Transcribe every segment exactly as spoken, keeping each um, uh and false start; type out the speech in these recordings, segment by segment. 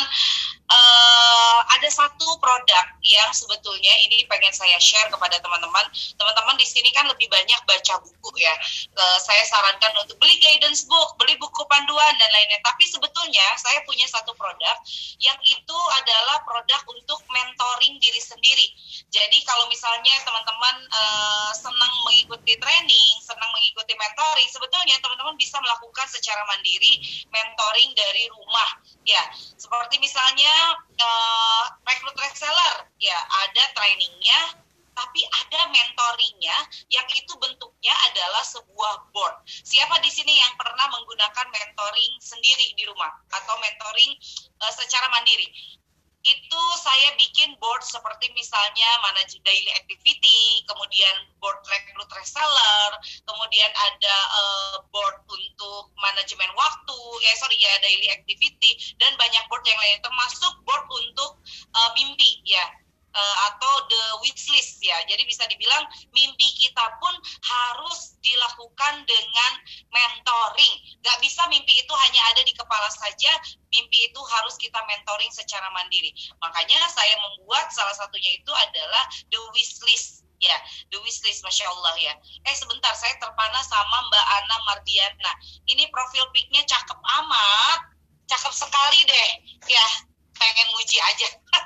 uh, ada satu produk yang sebetulnya ini pengen saya share kepada teman-teman. Teman-teman di sini kan lebih banyak baca buku ya. Uh, saya sarankan untuk beli guidance book, beli buku panduan dan lainnya. Tapi sebetulnya saya punya satu produk yang itu adalah produk untuk mentoring diri sendiri. Jadi kalau misalnya teman-teman uh, senang mengikuti training, senang mengikuti mentoring, sebetulnya teman-teman bisa melakukan secara mandiri mentoring dari rumah. Ya, seperti misalnya uh, rekrut reseller, ya ada trainingnya, tapi ada mentoringnya yang itu bentuknya adalah sebuah board. Siapa di sini yang pernah menggunakan mentoring sendiri di rumah atau mentoring uh, secara mandiri? Itu saya bikin board seperti misalnya manage daily activity, kemudian board rekrut reseller, kemudian ada uh, board untuk manajemen waktu, ya sorry ya daily activity, dan banyak board yang lain termasuk board untuk uh, mimpi ya. Uh, atau the wish list ya. Jadi bisa dibilang mimpi kita pun harus dilakukan dengan mentoring. Gak bisa mimpi itu hanya ada di kepala saja, mimpi itu harus kita mentoring secara mandiri. Makanya saya membuat salah satunya itu adalah the wish list. Ya, the wish list, Masya Allah ya. Eh sebentar, saya terpana sama Mbak Ana Mardiana. Ini profil pic-nya cakep amat, cakep sekali deh. Ya, pengen nguji aja.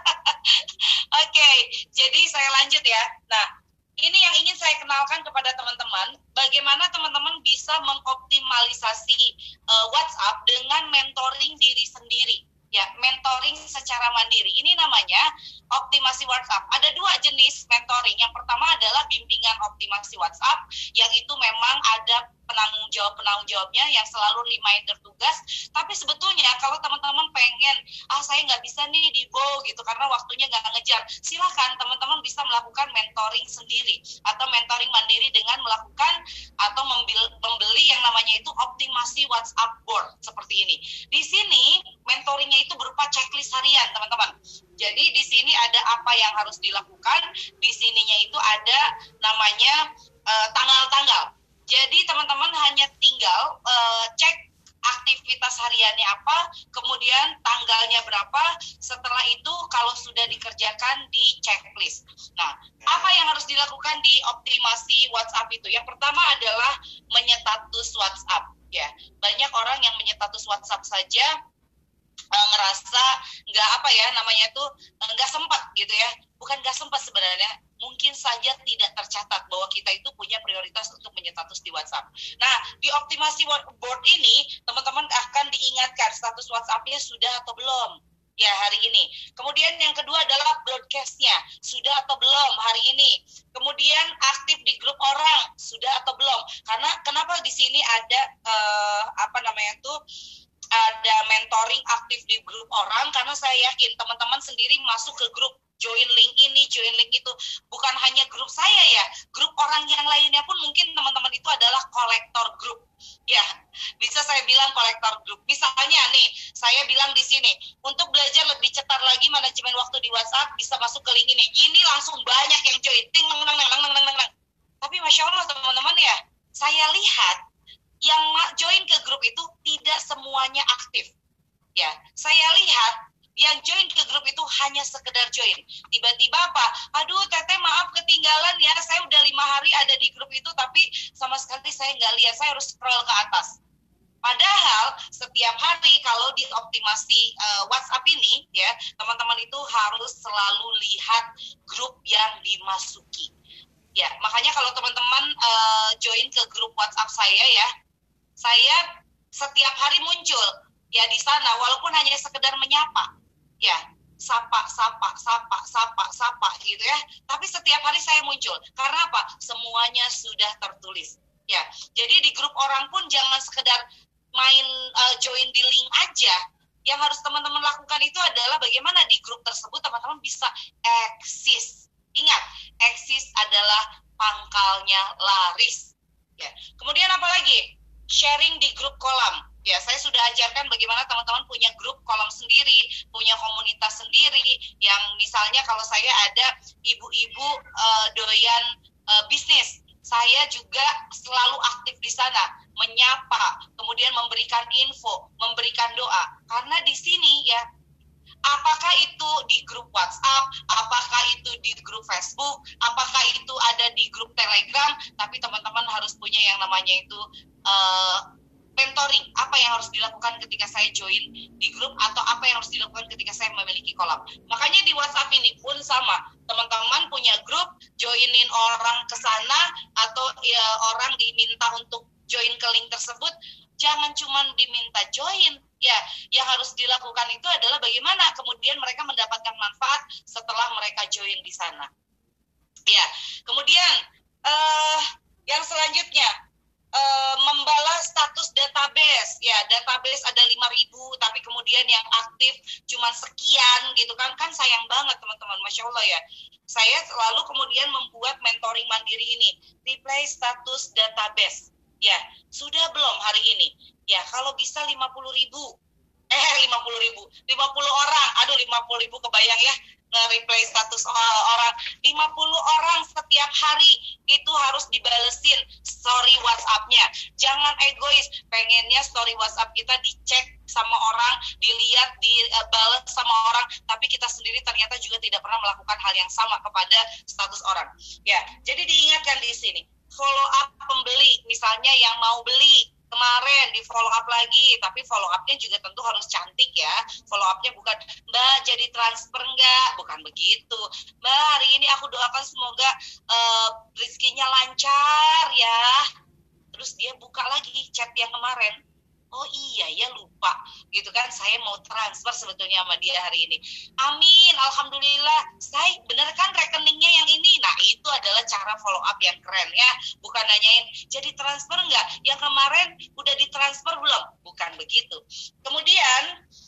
Oke, okay, jadi saya lanjut ya. Nah, ini yang ingin saya kenalkan kepada teman-teman, bagaimana teman-teman bisa mengoptimalisasi uh, WhatsApp dengan mentoring diri sendiri. Ya, mentoring secara mandiri. Ini namanya optimasi WhatsApp. Ada dua jenis mentoring. Yang pertama adalah bimbingan optimasi WhatsApp, yang itu memang ada penanggung jawab penanggung jawabnya yang selalu reminder tugas. Tapi sebetulnya kalau teman-teman pengen, ah saya nggak bisa nih di Bo gitu karena waktunya nggak ngejar, silakan teman-teman bisa melakukan mentoring sendiri atau mentoring mandiri dengan melakukan atau membeli yang namanya itu optimasi WhatsApp board seperti ini. Di sini mentoringnya itu berupa checklist harian, teman-teman. Jadi di sini ada apa yang harus dilakukan, di sininya itu ada namanya uh, tanggal-tanggal. Jadi teman-teman hanya tinggal uh, cek aktivitas hariannya apa, kemudian tanggalnya berapa, setelah itu kalau sudah dikerjakan di checklist. Nah, apa yang harus dilakukan di optimasi WhatsApp itu? Yang pertama adalah menyetatus WhatsApp. Ya, banyak orang yang menyetatus WhatsApp saja uh, ngerasa nggak apa ya namanya itu nggak sempat gitu ya. Bukan nggak sempat sebenarnya, mungkin saja tidak tercatat bahwa kita itu punya prioritas untuk menyetatus di WhatsApp. Nah, di optimasi board ini, teman-teman akan diingatkan status WhatsApp-nya sudah atau belum ya hari ini. Kemudian yang kedua adalah broadcast-nya, sudah atau belum hari ini. Kemudian aktif di grup orang, sudah atau belum. Karena kenapa di sini ada uh, apa namanya itu ada mentoring aktif di grup orang, karena saya yakin teman-teman sendiri masuk ke grup, join link ini, join link itu, bukan hanya grup saya ya, grup orang yang lainnya pun mungkin teman-teman itu adalah kolektor grup. Ya, bisa saya bilang kolektor grup. Misalnya nih, saya bilang di sini, untuk belajar lebih cetar lagi manajemen waktu di WhatsApp, bisa masuk ke link ini. Ini langsung banyak yang join. Ting, neng, neng, neng, neng, neng, neng. Tapi Masya Allah teman-teman ya, saya lihat yang join ke grup itu tidak semuanya aktif. Ya, saya lihat yang join ke grup itu hanya sekedar join. Tiba-tiba apa? Aduh, Teteh maaf ketinggalan ya. Saya udah lima hari ada di grup itu, tapi sama sekali saya nggak lihat. Saya harus scroll ke atas. Padahal setiap hari kalau di optimasi uh, WhatsApp ini, ya teman-teman itu harus selalu lihat grup yang dimasuki. Ya, makanya kalau teman-teman uh, join ke grup WhatsApp saya ya, saya setiap hari muncul ya di sana, walaupun hanya sekedar menyapa. Ya, sapa, sapa, sapa, sapa, sapa gitu ya. Tapi setiap hari saya muncul. Karena apa? Semuanya sudah tertulis. Ya, jadi di grup orang pun jangan sekedar main uh, join di link aja. Yang harus teman-teman lakukan itu adalah bagaimana di grup tersebut teman-teman bisa eksis. Ingat, eksis adalah pangkalnya laris. Ya. Kemudian apa lagi? Sharing di grup kolam. Ya, saya sudah ajarkan bagaimana teman-teman punya grup kolam sendiri, punya komunitas sendiri, yang misalnya kalau saya ada ibu-ibu uh, doyan uh, bisnis, saya juga selalu aktif di sana, menyapa, kemudian memberikan info, memberikan doa. Karena di sini ya, grup Facebook, apakah itu ada di grup Telegram, tapi teman-teman harus punya yang namanya itu uh, mentoring, apa yang harus dilakukan ketika saya join di grup atau apa yang harus dilakukan ketika saya memiliki kolam. Makanya di WhatsApp ini pun sama, teman-teman punya grup, joinin orang ke sana atau ya orang diminta untuk join ke link tersebut, jangan cuma diminta join, ya yang harus dilakukan itu adalah bagaimana kemudian mereka mendapatkan manfaat setelah mereka join di sana. Ya, kemudian uh, yang selanjutnya, Uh, membalas status database, ya database ada lima ribu, tapi kemudian yang aktif cuma sekian gitu kan, kan sayang banget teman-teman, Masya Allah ya. Saya selalu kemudian membuat mentoring mandiri ini, reply status database, ya sudah belum hari ini, ya kalau bisa lima puluh ribu, eh lima puluh ribu, lima puluh orang, aduh lima puluh ribu kebayang ya, nge-replay status orang, lima puluh orang setiap hari itu harus dibalesin story WhatsApp-nya. Jangan egois, pengennya story WhatsApp kita dicek sama orang, dilihat, dibalas sama orang, tapi kita sendiri ternyata juga tidak pernah melakukan hal yang sama kepada status orang. Ya, jadi diingatkan di sini, follow up pembeli, misalnya yang mau beli, kemarin di follow up lagi, tapi follow up-nya juga tentu harus cantik ya. Follow up-nya bukan, Mbak jadi transfer enggak? Bukan begitu. Mbak hari ini aku doakan semoga uh, rezekinya lancar ya. Terus dia buka lagi chat yang kemarin. Oh iya ya lupa gitu kan, saya mau transfer sebetulnya sama dia hari ini. Amin, alhamdulillah. Saya bener kan rekeningnya yang ini. Nah itu adalah cara follow up yang keren ya. Bukan nanyain jadi transfer enggak, yang kemarin udah ditransfer belum? Bukan begitu. Kemudian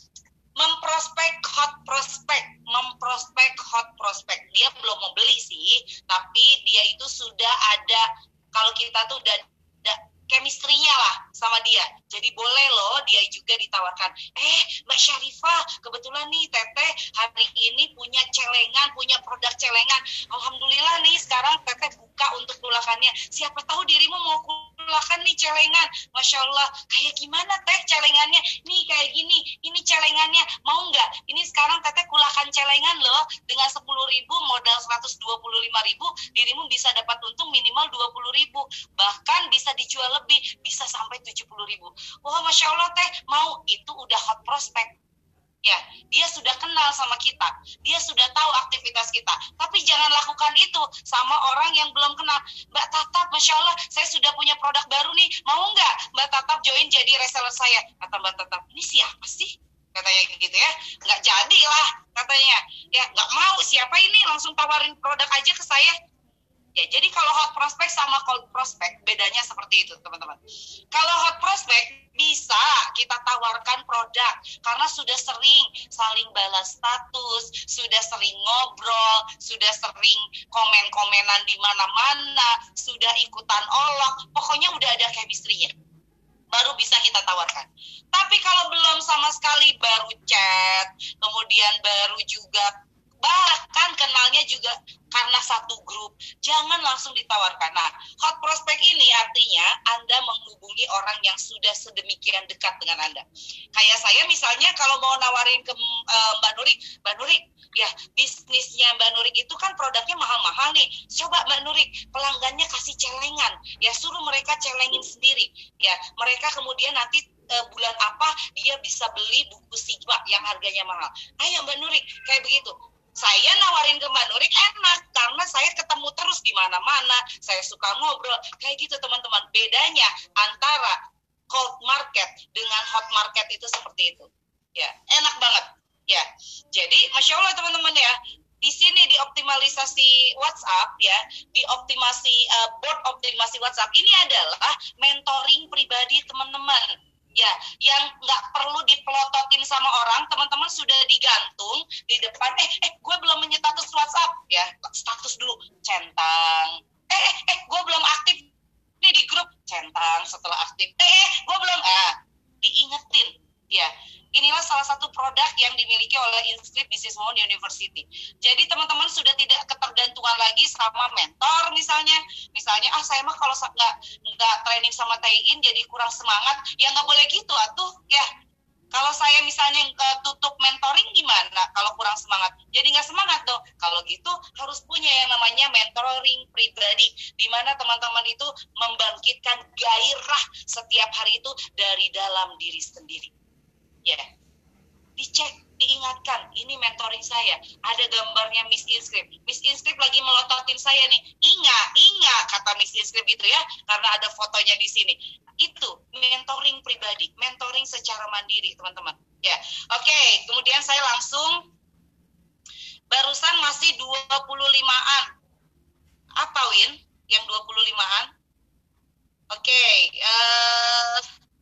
memprospek hot prospect, memprospek hot prospect. Dia belum mau beli sih, tapi dia itu sudah ada, kalau kita tuh udah ada chemistry-nya lah sama dia. Jadi boleh loh dia juga ditawarkan, eh Mbak Syarifah, kebetulan nih Teteh hari ini punya celengan, punya produk celengan. Alhamdulillah nih sekarang Teteh buka untuk kulakannya. Siapa tahu dirimu mau kulakan nih celengan. Masya Allah, kayak gimana Teh celengannya? Nih kayak gini, ini celengannya, mau nggak? Ini sekarang Teteh kulakan celengan loh, dengan sepuluh ribu modal seratus dua puluh lima ribu, dirimu bisa dapat untung minimal dua puluh ribu. Bahkan bisa dijual lebih, bisa sampai tujuh puluh ribu. Wah, Masya Allah Teh, mau, itu udah hot prospect. Ya, dia sudah kenal sama kita, dia sudah tahu aktivitas kita. Tapi jangan lakukan itu sama orang yang belum kenal. Mbak Tatap, Masya Allah, saya sudah punya produk baru nih, mau nggak Mbak Tatap join jadi reseller saya? Kata Mbak Tatap, ini siapa sih? Katanya gitu ya, nggak jadi lah katanya. Ya, nggak mau, siapa ini, langsung tawarin produk aja ke saya. Ya, jadi kalau hot prospect sama cold prospect bedanya seperti itu, teman-teman. Kalau hot prospect bisa kita tawarkan produk karena sudah sering saling balas status, sudah sering ngobrol, sudah sering komen-komenan di mana-mana, sudah ikutan olok, pokoknya udah ada chemistry-nya. Baru bisa kita tawarkan. Tapi kalau belum sama sekali, baru chat, kemudian baru juga bahkan kenalnya juga karena satu grup, jangan langsung ditawarkan. Nah, hot prospect ini artinya Anda menghubungi orang yang sudah sedemikian dekat dengan Anda. Kayak saya misalnya kalau mau nawarin ke uh, Mbak Nurik, Mbak Nurik, ya bisnisnya Mbak Nurik itu kan produknya mahal-mahal nih. Coba Mbak Nurik, pelanggannya kasih celengan, ya suruh mereka celengin sendiri. Ya, mereka kemudian nanti uh, bulan apa dia bisa beli buku Sigma yang harganya mahal. Ayo Mbak Nurik, kayak begitu. Saya nawarin ke Mbak Nurik enak karena saya ketemu terus di mana-mana, saya suka ngobrol, kayak gitu teman-teman. Bedanya antara cold market dengan hot market itu seperti itu. Ya, enak banget. Ya, jadi Masya Allah teman-teman ya, di sini dioptimalisasi WhatsApp ya, dioptimasi uh, board optimasi WhatsApp ini adalah mentoring pribadi teman-teman. Ya, yang nggak perlu dipelototin sama orang, teman-teman sudah digantung di depan, eh, eh, gue belum menyetatus WhatsApp, ya, status dulu, centang, eh, eh, eh, gue belum aktif nih di grup, centang setelah aktif, eh, eh, gue belum, ah, diingetin, ya, inilah salah satu produk yang dimiliki oleh Inscript Business Women University. Jadi teman-teman sudah tidak ketergantungan lagi sama mentor misalnya. Misalnya, ah saya mah kalau nggak nggak training sama Taein jadi kurang semangat. Ya nggak boleh gitu atuh. Ya, kalau saya misalnya uh, tutup mentoring gimana kalau kurang semangat? Jadi nggak semangat dong. Kalau gitu harus punya yang nawarin saya, ada gambarnya Miss Inscript. Miss Inscript lagi melototin saya nih, Inga, Inga, kata Miss Inscript gitu ya, karena ada fotonya di sini. Itu mentoring pribadi, mentoring secara mandiri, teman-teman. Ya, oke. Okay. Kemudian saya langsung, barusan masih dua puluh limaan. Apa, Win? Yang dua puluh limaan? Oke, okay. uh,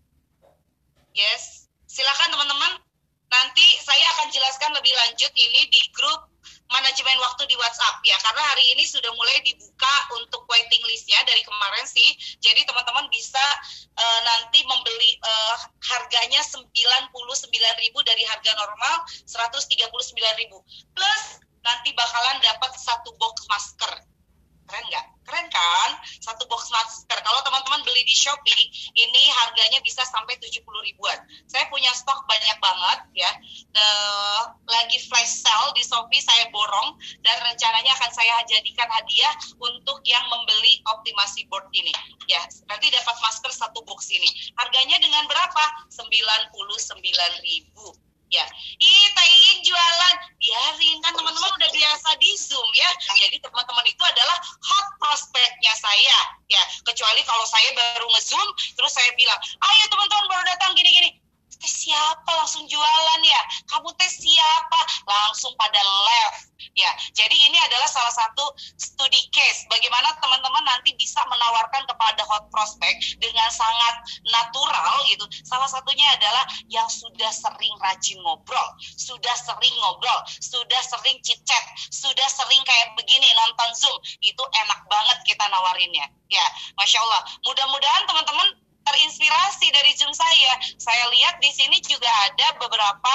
yes. Silakan teman-teman. Nanti saya akan jelaskan lebih lanjut ini di grup manajemen waktu di WhatsApp ya, karena hari ini sudah mulai dibuka untuk waiting listnya dari kemarin sih. Jadi teman-teman bisa uh, nanti membeli uh, harganya sembilan puluh sembilan ribu dari harga normal seratus tiga puluh sembilan ribu. Plus nanti bakalan dapat satu box masker. Keren nggak? Keren kan? Satu box masker. Kalau teman-teman beli di Shopee, ini harganya bisa sampai tujuh puluh ribuan. Saya punya stok banyak banget ya. Uh, lagi flash sale di Shopee, saya borong. Dan rencananya akan saya jadikan hadiah untuk yang membeli optimasi board ini. Ya, nanti dapat masker satu box ini. Harganya dengan berapa? sembilan puluh sembilan ribu. Ya, ih Teh Iin jualan, biarin kan teman-teman udah biasa di Zoom ya. Jadi teman-teman itu adalah hot prospect-nya saya. Ya, kecuali kalau saya baru nge-Zoom, terus saya bilang, ayo teman-teman baru datang gini-gini. Teh siapa langsung jualan ya? Kamu teh siapa? Langsung pada left. Ya, jadi ini adalah salah satu studi case bagaimana teman-teman nanti bisa menawarkan kepada hot prospect dengan sangat natural gitu. Salah satunya adalah yang sudah sering rajin ngobrol, sudah sering ngobrol, sudah sering chit chat, sudah sering kayak begini nonton Zoom. Itu enak banget kita nawarinnya. Ya, Masya Allah. Mudah-mudahan teman-teman terinspirasi dari Zoom saya. Saya lihat di sini juga ada beberapa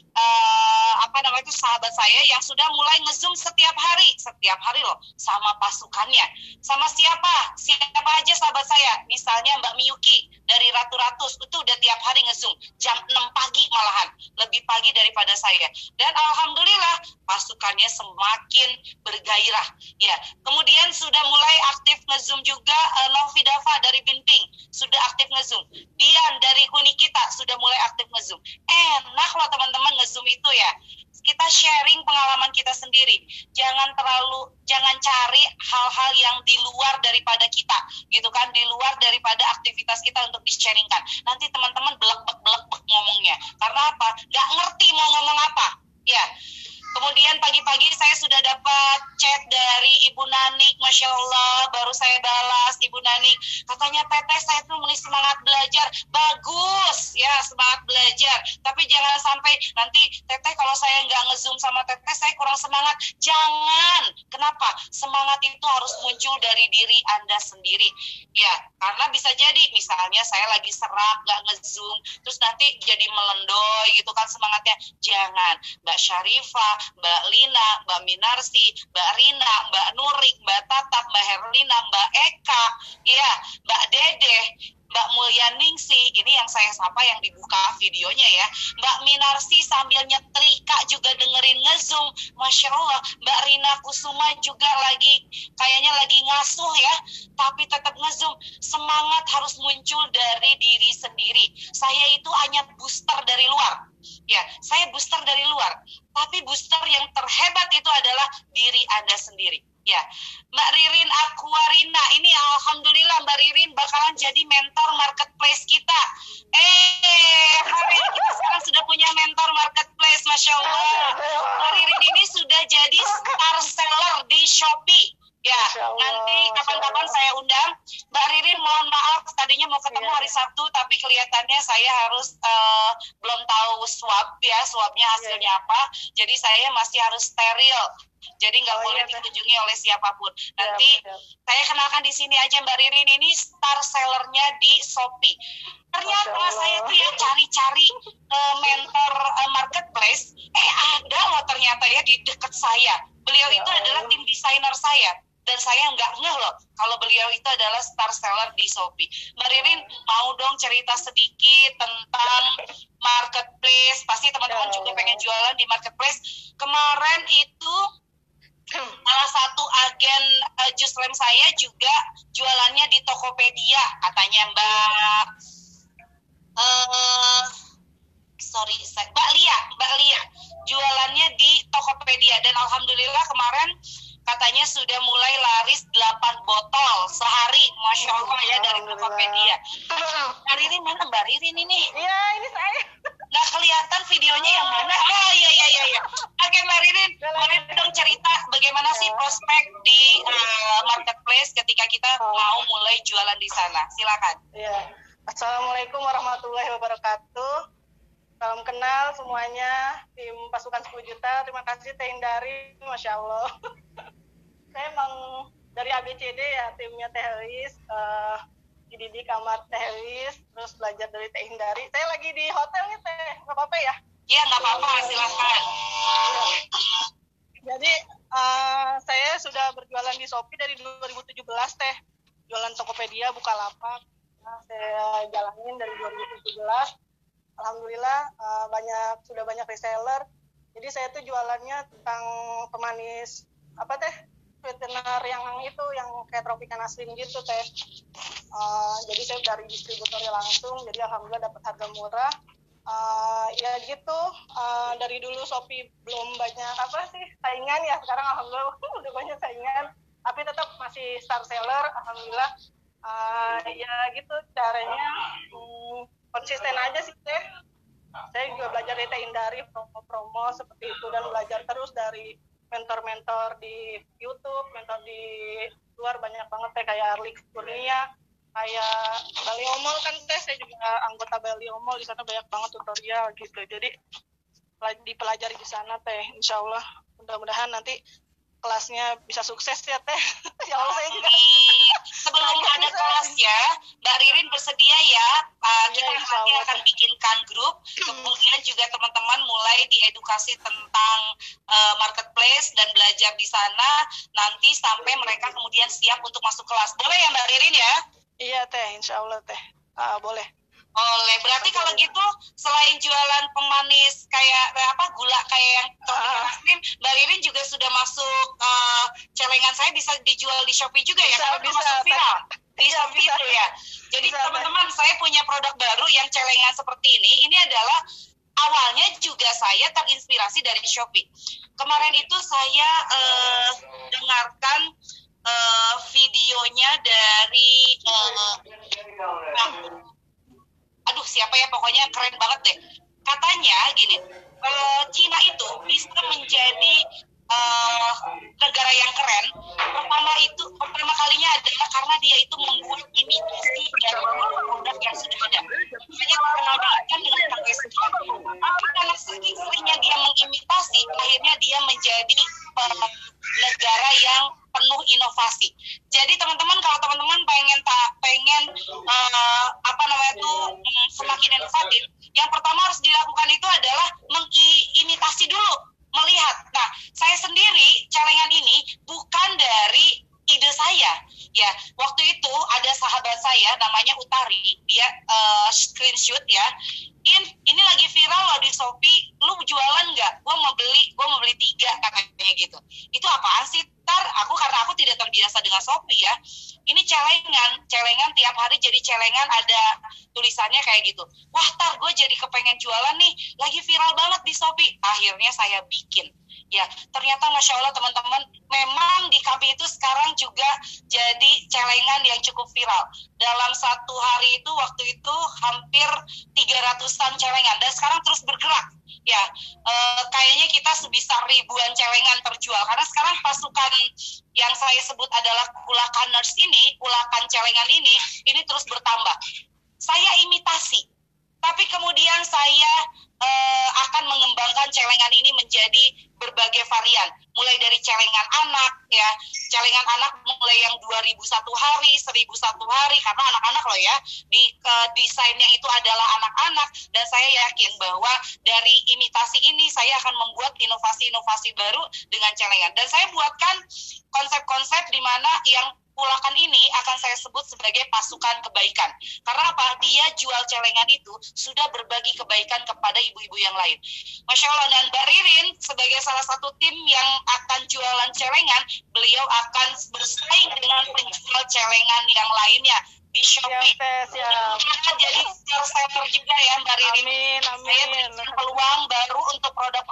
uh, apa namanya itu sahabat saya yang sudah mulai nge-Zoom setiap hari, setiap hari loh, sama pasukannya. Sama siapa? Siapa aja sahabat saya? Misalnya Mbak Miyuki dari Ratu Ratus, itu udah tiap hari nge-Zoom jam enam pagi malahan, lebih pagi daripada saya. Dan alhamdulillah pasukannya semakin bergairah. Ya, kemudian sudah mulai aktif nge-Zoom juga uh, Novi Dava dari Binping, sudah aktif nge-Zoom. Dian dari Kunikita sudah mulai aktif nge-Zoom. Enak loh teman-teman nge-Zoom itu ya. Kita sharing pengalaman kita sendiri. Jangan terlalu, jangan cari hal-hal yang di luar daripada kita, gitu kan, di luar daripada aktivitas kita untuk di-sharingkan. Nanti teman-teman belek-belek ngomongnya. Karena apa? Gak ngerti mau ngomong apa. Ya. Kemudian pagi-pagi saya sudah dapat chat dari Ibu Nanik, Masya Allah, baru saya balas Ibu Nanik. Katanya, Teteh, saya tuh mulai semangat belajar. Bagus, ya, semangat belajar. Tapi jangan sampai nanti, Teteh, kalau saya nggak nge-Zoom sama Teteh, saya kurang semangat. Jangan. Kenapa? Semangat itu harus muncul dari diri Anda sendiri. Ya, karena bisa jadi, misalnya saya lagi serak, nggak nge-Zoom, terus nanti jadi melendoy gitu kan semangatnya. Jangan. Mbak Syarifah, Mbak Lina, Mbak Minarsi, Mbak Rina, Mbak Nurik, Mbak Tatak, Mbak Herlina, Mbak Eka, ya, Mbak Dede, Mbak Mulyaningsi, ini yang saya sapa yang dibuka videonya ya. Mbak Minarsi sambil nyetrika juga dengerin nge-Zoom, Masya Allah. Mbak Rina Kusuma juga lagi, kayaknya lagi ngasuh ya, tapi tetap nge-Zoom. Semangat harus muncul dari diri sendiri. Saya itu hanya booster dari luar. Ya, saya booster dari luar. Tapi booster yang terhebat itu adalah diri Anda sendiri. Ya, Mbak Ririn Aquarina, ini alhamdulillah Mbak Ririn bakalan jadi mentor marketplace kita. Eh, hari ini kita sekarang sudah punya mentor marketplace, Masya Allah. Mbak Ririn ini sudah jadi star seller di Shopee. Ya, nanti kapan-kapan saya undang. Mbak Ririn, mohon maaf, tadinya mau ketemu hari Sabtu, tapi kelihatannya saya harus uh, belum tahu swab ya, swabnya hasilnya apa. Jadi saya masih harus steril. Jadi nggak oh, boleh iya, dikunjungi oleh siapapun. Nanti ya, saya kenalkan di sini aja Mbak Ririn, ini star sellernya di Shopee. Ternyata saya tuh ya cari-cari uh, mentor uh, marketplace, eh ada loh ternyata ya di dekat saya. Beliau ya, itu adalah tim desainer saya. Dan saya nggak ngeh loh kalau beliau itu adalah star seller di Shopee. Mbak Ririn mau dong cerita sedikit tentang marketplace. Pasti teman-teman juga pengen jualan di marketplace. Kemarin itu salah satu agen uh, Juslem saya juga jualannya di Tokopedia, katanya Mbak uh, sorry Mbak Lia, Mbak Lia jualannya di Tokopedia. delapan botol sehari, Masya Allah ya, dari Tokopedia. Mbak Ririn mana Mbak Ririn ini? Iya, ini saya. Nggak kelihatan videonya yang mana? Oh iya iya iya. iya. Oke Mbak Ririn, boleh dong cerita bagaimana sih prospek di uh, marketplace ketika kita mau mulai jualan di sana? Silakan. Iya. Assalamualaikum warahmatullahi wabarakatuh. Salam kenal semuanya, tim pasukan sepuluh juta. Terima kasih Teh Indari, Masya Allah. Saya emang dari A B C D ya, timnya Teh Elis, uh, di di kamar Teh Elis, terus belajar dari Teh Indari. Saya lagi di hotel nih Teh, nggak apa-apa ya? Iya nggak apa-apa, silakan. Jadi uh, saya sudah berjualan di Shopee dari dua ribu tujuh belas Teh, jualan Tokopedia, Bukalapak. Nah, saya jalanin dari dua ribu tujuh belas. Alhamdulillah uh, banyak sudah banyak reseller. Jadi saya tuh jualannya tentang pemanis apa Teh? Sweetener yang itu yang kayak Tropicana Slim gitu Teh. Uh, jadi saya dari distributornya langsung. Jadi alhamdulillah dapat harga murah. Uh, ya gitu. Uh, dari dulu Shopee belum banyak apa sih saingan ya. Sekarang alhamdulillah udah banyak saingan. Tapi tetap masih star seller. Alhamdulillah. Uh, ya gitu caranya. Hmm, konsisten aja sih Teh. Saya juga belajar dari Teh Indari promo-promo seperti itu dan belajar terus dari mentor-mentor di YouTube, mentor di luar banyak banget Teh, kayak Arlik Kurnia, kayak Baliomol kan Teh, saya juga anggota Baliomol, di sana banyak banget tutorial gitu. Jadi dipelajari di sana Teh, insya Allah mudah-mudahan nanti kelasnya bisa sukses ya Teh. Ya Allah saya juga. Sebelum ada kelas ya, Mbak Ririn bersedia ya. Uh, kita ya, nanti akan bikinkan grup. Kemudian juga teman-teman mulai diedukasi tentang uh, marketplace dan belajar di sana. Nanti sampai mereka kemudian siap untuk masuk kelas. Boleh ya Mbak Ririn ya? Iya Teh, insya Allah Teh. Uh, boleh. Oleh, berarti kalau gitu selain jualan pemanis kayak apa gula kayak yang Tropicana Slim, Mbak Ririn juga sudah masuk uh, celengan saya bisa dijual di Shopee juga ya? Bisa, Karena bisa, masuk viral di bisa, Shopee bisa. itu ya. Jadi teman-teman, saya punya produk baru yang celengan seperti ini. Ini adalah awalnya juga saya terinspirasi dari Shopee. Kemarin itu saya uh, dengarkan uh, videonya dari uh, aduh siapa ya, pokoknya keren banget deh. Katanya gini, uh, Cina itu bisa menjadi uh, negara yang keren. Pertama itu pertama kalinya adalah karena dia itu membuat imitasi dari produk yang sudah ada. Makanya terkenal banget kan dengan pakai sekian. Tapi karena saking seringnya dia mengimitasi, akhirnya dia menjadi uh, negara yang penuh inovasi. Jadi teman-teman, kalau teman-teman pengen tak pengen uh, apa namanya tuh um, semakin inovatif, yang pertama harus dilakukan itu adalah mengimitasi dulu, melihat. Nah, saya sendiri celengan ini bukan dari ide saya. Ya, waktu itu ada sahabat saya namanya Utari, dia uh, screenshot ya. In, ini lagi viral loh di Shopee, lu jualan nggak? Gue mau beli, gue mau beli tiga katanya gitu. Itu apaan sih? Tar, aku karena aku tidak terbiasa dengan Shopee ya. Ini celengan, celengan tiap hari jadi celengan ada tulisannya kayak gitu. Wah tar, gue jadi kepengen jualan nih, lagi viral banget di Shopee. Akhirnya saya bikin. Ya, ternyata Masya Allah teman-teman, memang di kami itu sekarang juga jadi celengan yang cukup viral. Dalam satu hari itu, waktu itu hampir tiga ratusan celengan. Dan sekarang terus bergerak. Ya, eh, kayaknya kita sebesar ribuan celengan terjual. Karena sekarang pasukan yang saya sebut adalah Kulakaners ini, Kulakan celengan ini, ini terus bertambah. Saya imitasi. Tapi kemudian saya uh, akan mengembangkan celengan ini menjadi berbagai varian. Mulai dari celengan anak, ya, celengan anak mulai yang dua ribu satu hari, seribu satu hari, karena anak-anak loh ya, di uh, desainnya itu adalah anak-anak, dan saya yakin bahwa dari imitasi ini saya akan membuat inovasi-inovasi baru dengan celengan. Dan saya buatkan konsep-konsep di mana yang Kulakan ini akan saya sebut sebagai pasukan kebaikan. Karena apa? Dia jual celengan itu sudah berbagi kebaikan kepada ibu-ibu yang lain. Masya Allah, dan Mbak Ririn sebagai salah satu tim yang akan jualan celengan, beliau akan bersaing dengan penjual celengan yang lainnya di Shopee. Siap, siap. Kita jadi seller juga ya Mbak Ririn. Amin, amin. Saya berikan peluang baru untuk produk-produk yang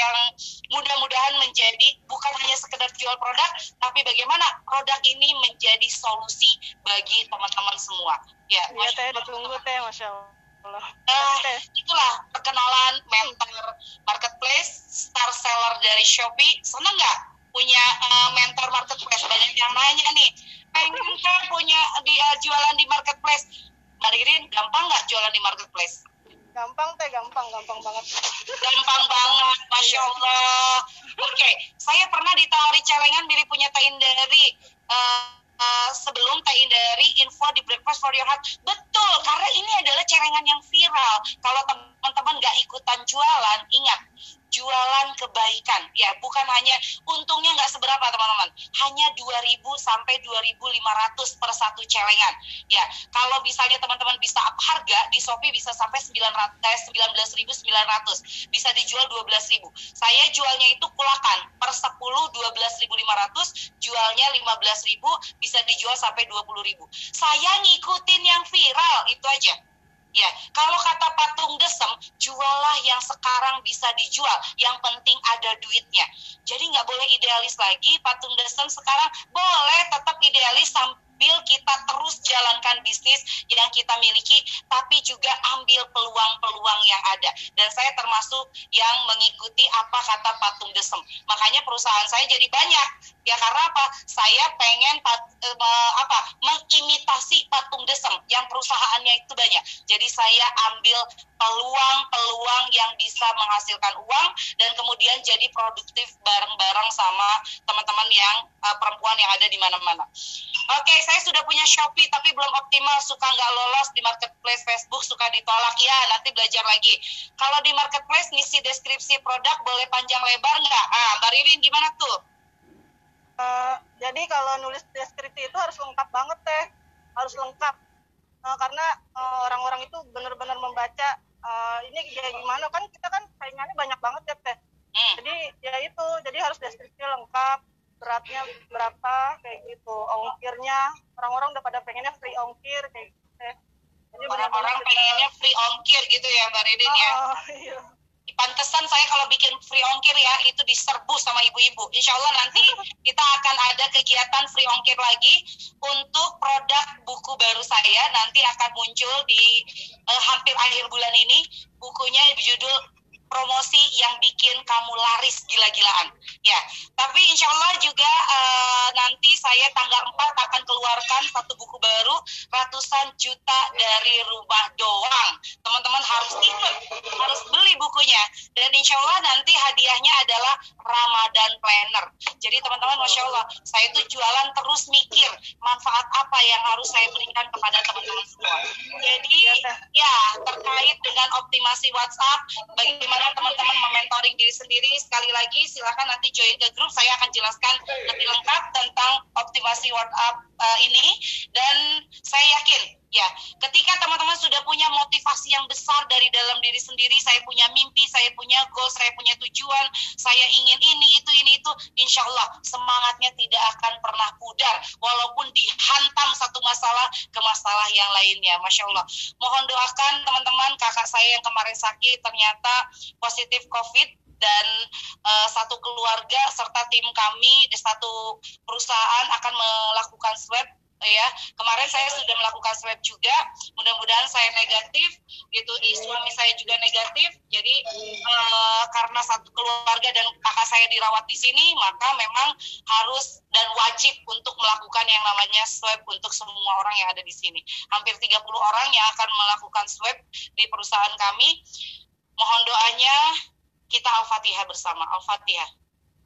yang mudah-mudahan menjadi bukan hanya sekedar jual produk, tapi bagaimana produk ini menjadi solusi bagi teman-teman semua. Ya, iya teh, ditunggu teh, masya Allah. Uh, itulah perkenalan mentor marketplace, star seller dari Shopee. Seneng nggak punya uh, mentor marketplace? Banyak yang nanya nih, pengen kan punya di, uh, jualan di marketplace. Mbak Ririn, gampang nggak jualan di marketplace? Gampang teh, gampang, gampang banget. Gampang banget, Masya Allah. Oke, okay. Saya pernah ditawari celengan mirip punya Teh Indari. Uh, uh, sebelum Teh Indari info di Breakfast for Your Heart. Betul, karena ini adalah celengan yang viral. Kalau teman-teman nggak ikutan jualan, ingat, jualan kebaikan. Ya, bukan hanya, untungnya nggak seberapa teman-teman. Hanya dua ribu sampai dua ribu lima ratus per satu celengan. Ya, kalau misalnya teman-teman bisa up harga, di Shopee bisa sampai sembilan belas ribu sembilan ratus. Bisa dijual dua belas ribu. Saya jualnya itu kulakan. Per sepuluh, dua belas ribu lima ratus. Jualnya lima belas ribu. Bisa dijual sampai dua puluh ribu. Saya ngikutin yang viral, itu aja. Ya, kalau kata patung desem, juallah yang sekarang bisa dijual. Yang penting ada duitnya. Jadi nggak boleh idealis lagi. Patung desem sekarang boleh tetap idealis sambil kita terus jalankan bisnis yang kita miliki, tapi juga ambil peluang-peluang yang ada. Dan saya termasuk yang mengikuti apa kata patung desem. Makanya perusahaan saya jadi banyak. Ya karena apa? Saya pengen pat, eh, apa? mengimitasi patung desem yang perusahaannya itu banyak. Jadi saya ambil peluang-peluang yang bisa menghasilkan uang dan kemudian jadi produktif bareng-bareng sama teman-teman yang uh, perempuan yang ada di mana-mana. Oke, saya sudah punya Shopee tapi belum optimal, suka nggak lolos di marketplace Facebook, suka ditolak. Ya, nanti belajar lagi. Kalau di marketplace ngisi deskripsi produk boleh panjang lebar nggak? Ah, Mbak Ririn gimana tuh? Uh, jadi kalau nulis deskripsi itu harus lengkap banget teh, harus lengkap. Uh, karena uh, orang-orang itu benar-benar membaca uh, ini kayak gimana, kan kita kan saingannya banyak banget ya teh. Hmm. Jadi ya itu, jadi harus deskripsi lengkap, beratnya berapa kayak gitu, ongkirnya, orang-orang udah pada pengennya free ongkir kayak gitu teh. Jadi orang-orang pengennya free ongkir gitu ya Mbak Ririn ya. Uh, iya. Pantesan saya kalau bikin free ongkir ya, itu diserbu sama ibu-ibu. Insya Allah nanti kita akan ada kegiatan free ongkir lagi untuk produk buku baru saya. Nanti akan muncul di eh, hampir akhir bulan ini. Bukunya berjudul Promosi yang Bikin Kamu Laris Gila-gilaan. Ya, tapi insya Allah juga uh, nanti saya tanggal empat akan keluarkan satu buku baru, Ratusan Juta Dari Rumah Doang. Teman-teman harus ikut, harus beli bukunya. Dan insya Allah nanti hadiahnya adalah Ramadan Planner. Jadi teman-teman, Masya Allah, saya itu jualan terus mikir manfaat apa yang harus saya berikan kepada teman-teman semua. Jadi ya, terkait dengan optimasi WhatsApp, bagaimana teman-teman mementoring diri sendiri, sekali lagi silakan nanti join ke grup, saya akan jelaskan lebih lengkap tentang optimasi WhatsApp uh, ini. Dan saya yakin ya, ketika teman-teman sudah punya motivasi yang besar dari dalam diri sendiri, saya punya mimpi, saya punya goal, saya punya tujuan, saya ingin ini, itu, ini, itu, insya Allah semangatnya tidak akan pernah pudar walaupun dihantam satu masalah ke masalah yang lainnya. Masya Allah, mohon doakan teman-teman, kakak saya yang kemarin sakit ternyata positif COVID, dan uh, satu keluarga serta tim kami di satu perusahaan akan melakukan swab. Ya, kemarin saya sudah melakukan swab juga, mudah-mudahan saya negatif, gitu. Suami saya juga negatif. Jadi uh, karena satu keluarga dan kakak saya dirawat di sini, maka memang harus dan wajib untuk melakukan yang namanya swab untuk semua orang yang ada di sini. Hampir tiga puluh orang yang akan melakukan swab di perusahaan kami. Mohon doanya, kita Al-Fatihah bersama. Al-Fatihah.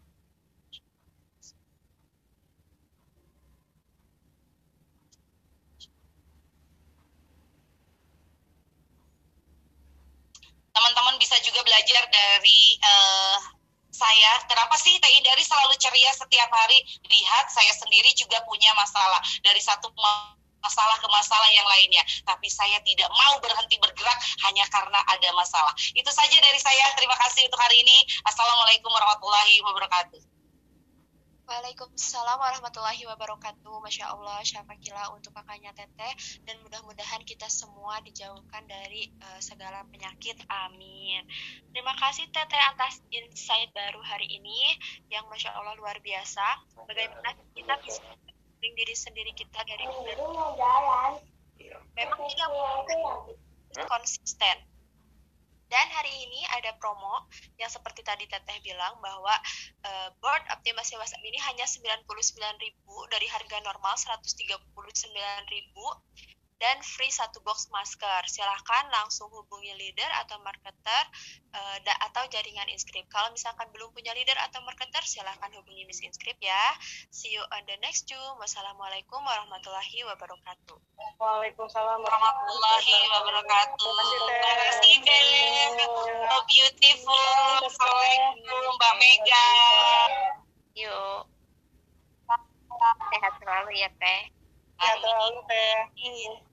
Teman-teman bisa juga belajar dari uh, saya. Kenapa sih Teh Indari selalu ceria setiap hari? Lihat, saya sendiri juga punya masalah. Dari satu masalah ke masalah yang lainnya. Tapi saya tidak mau berhenti bergerak hanya karena ada masalah. Itu saja dari saya. Terima kasih untuk hari ini. Assalamualaikum warahmatullahi wabarakatuh. Waalaikumsalam warahmatullahi wabarakatuh. Masya Allah, syafakillah untuk kakaknya Teteh, dan mudah-mudahan kita semua dijauhkan dari uh, segala penyakit. Amin. Terima kasih Teteh atas insight baru hari ini yang Masya Allah luar biasa. Bagaimana kita bisa melindungi diri sendiri kita dari memang kita konsisten. Dan hari ini ada promo yang seperti tadi Teteh bilang bahwa uh, board optimasi WhatsApp ini hanya sembilan puluh sembilan ribu dari harga normal seratus tiga puluh sembilan ribu dan free satu box masker. Silahkan langsung hubungi leader atau marketer uh, da- atau jaringan Inscript. Kalau misalkan belum punya leader atau marketer, silahkan hubungi Miss Inscript ya. See you on the next Zoom. Wassalamualaikum warahmatullahi wabarakatuh. Waalaikumsalam warahmatullahi wabarakatuh. Terima kasih Beb. So beautiful. Assalamualaikum Mbak Mega. Yuk. Sehat selalu ya Teh. Ya, terlalu teh.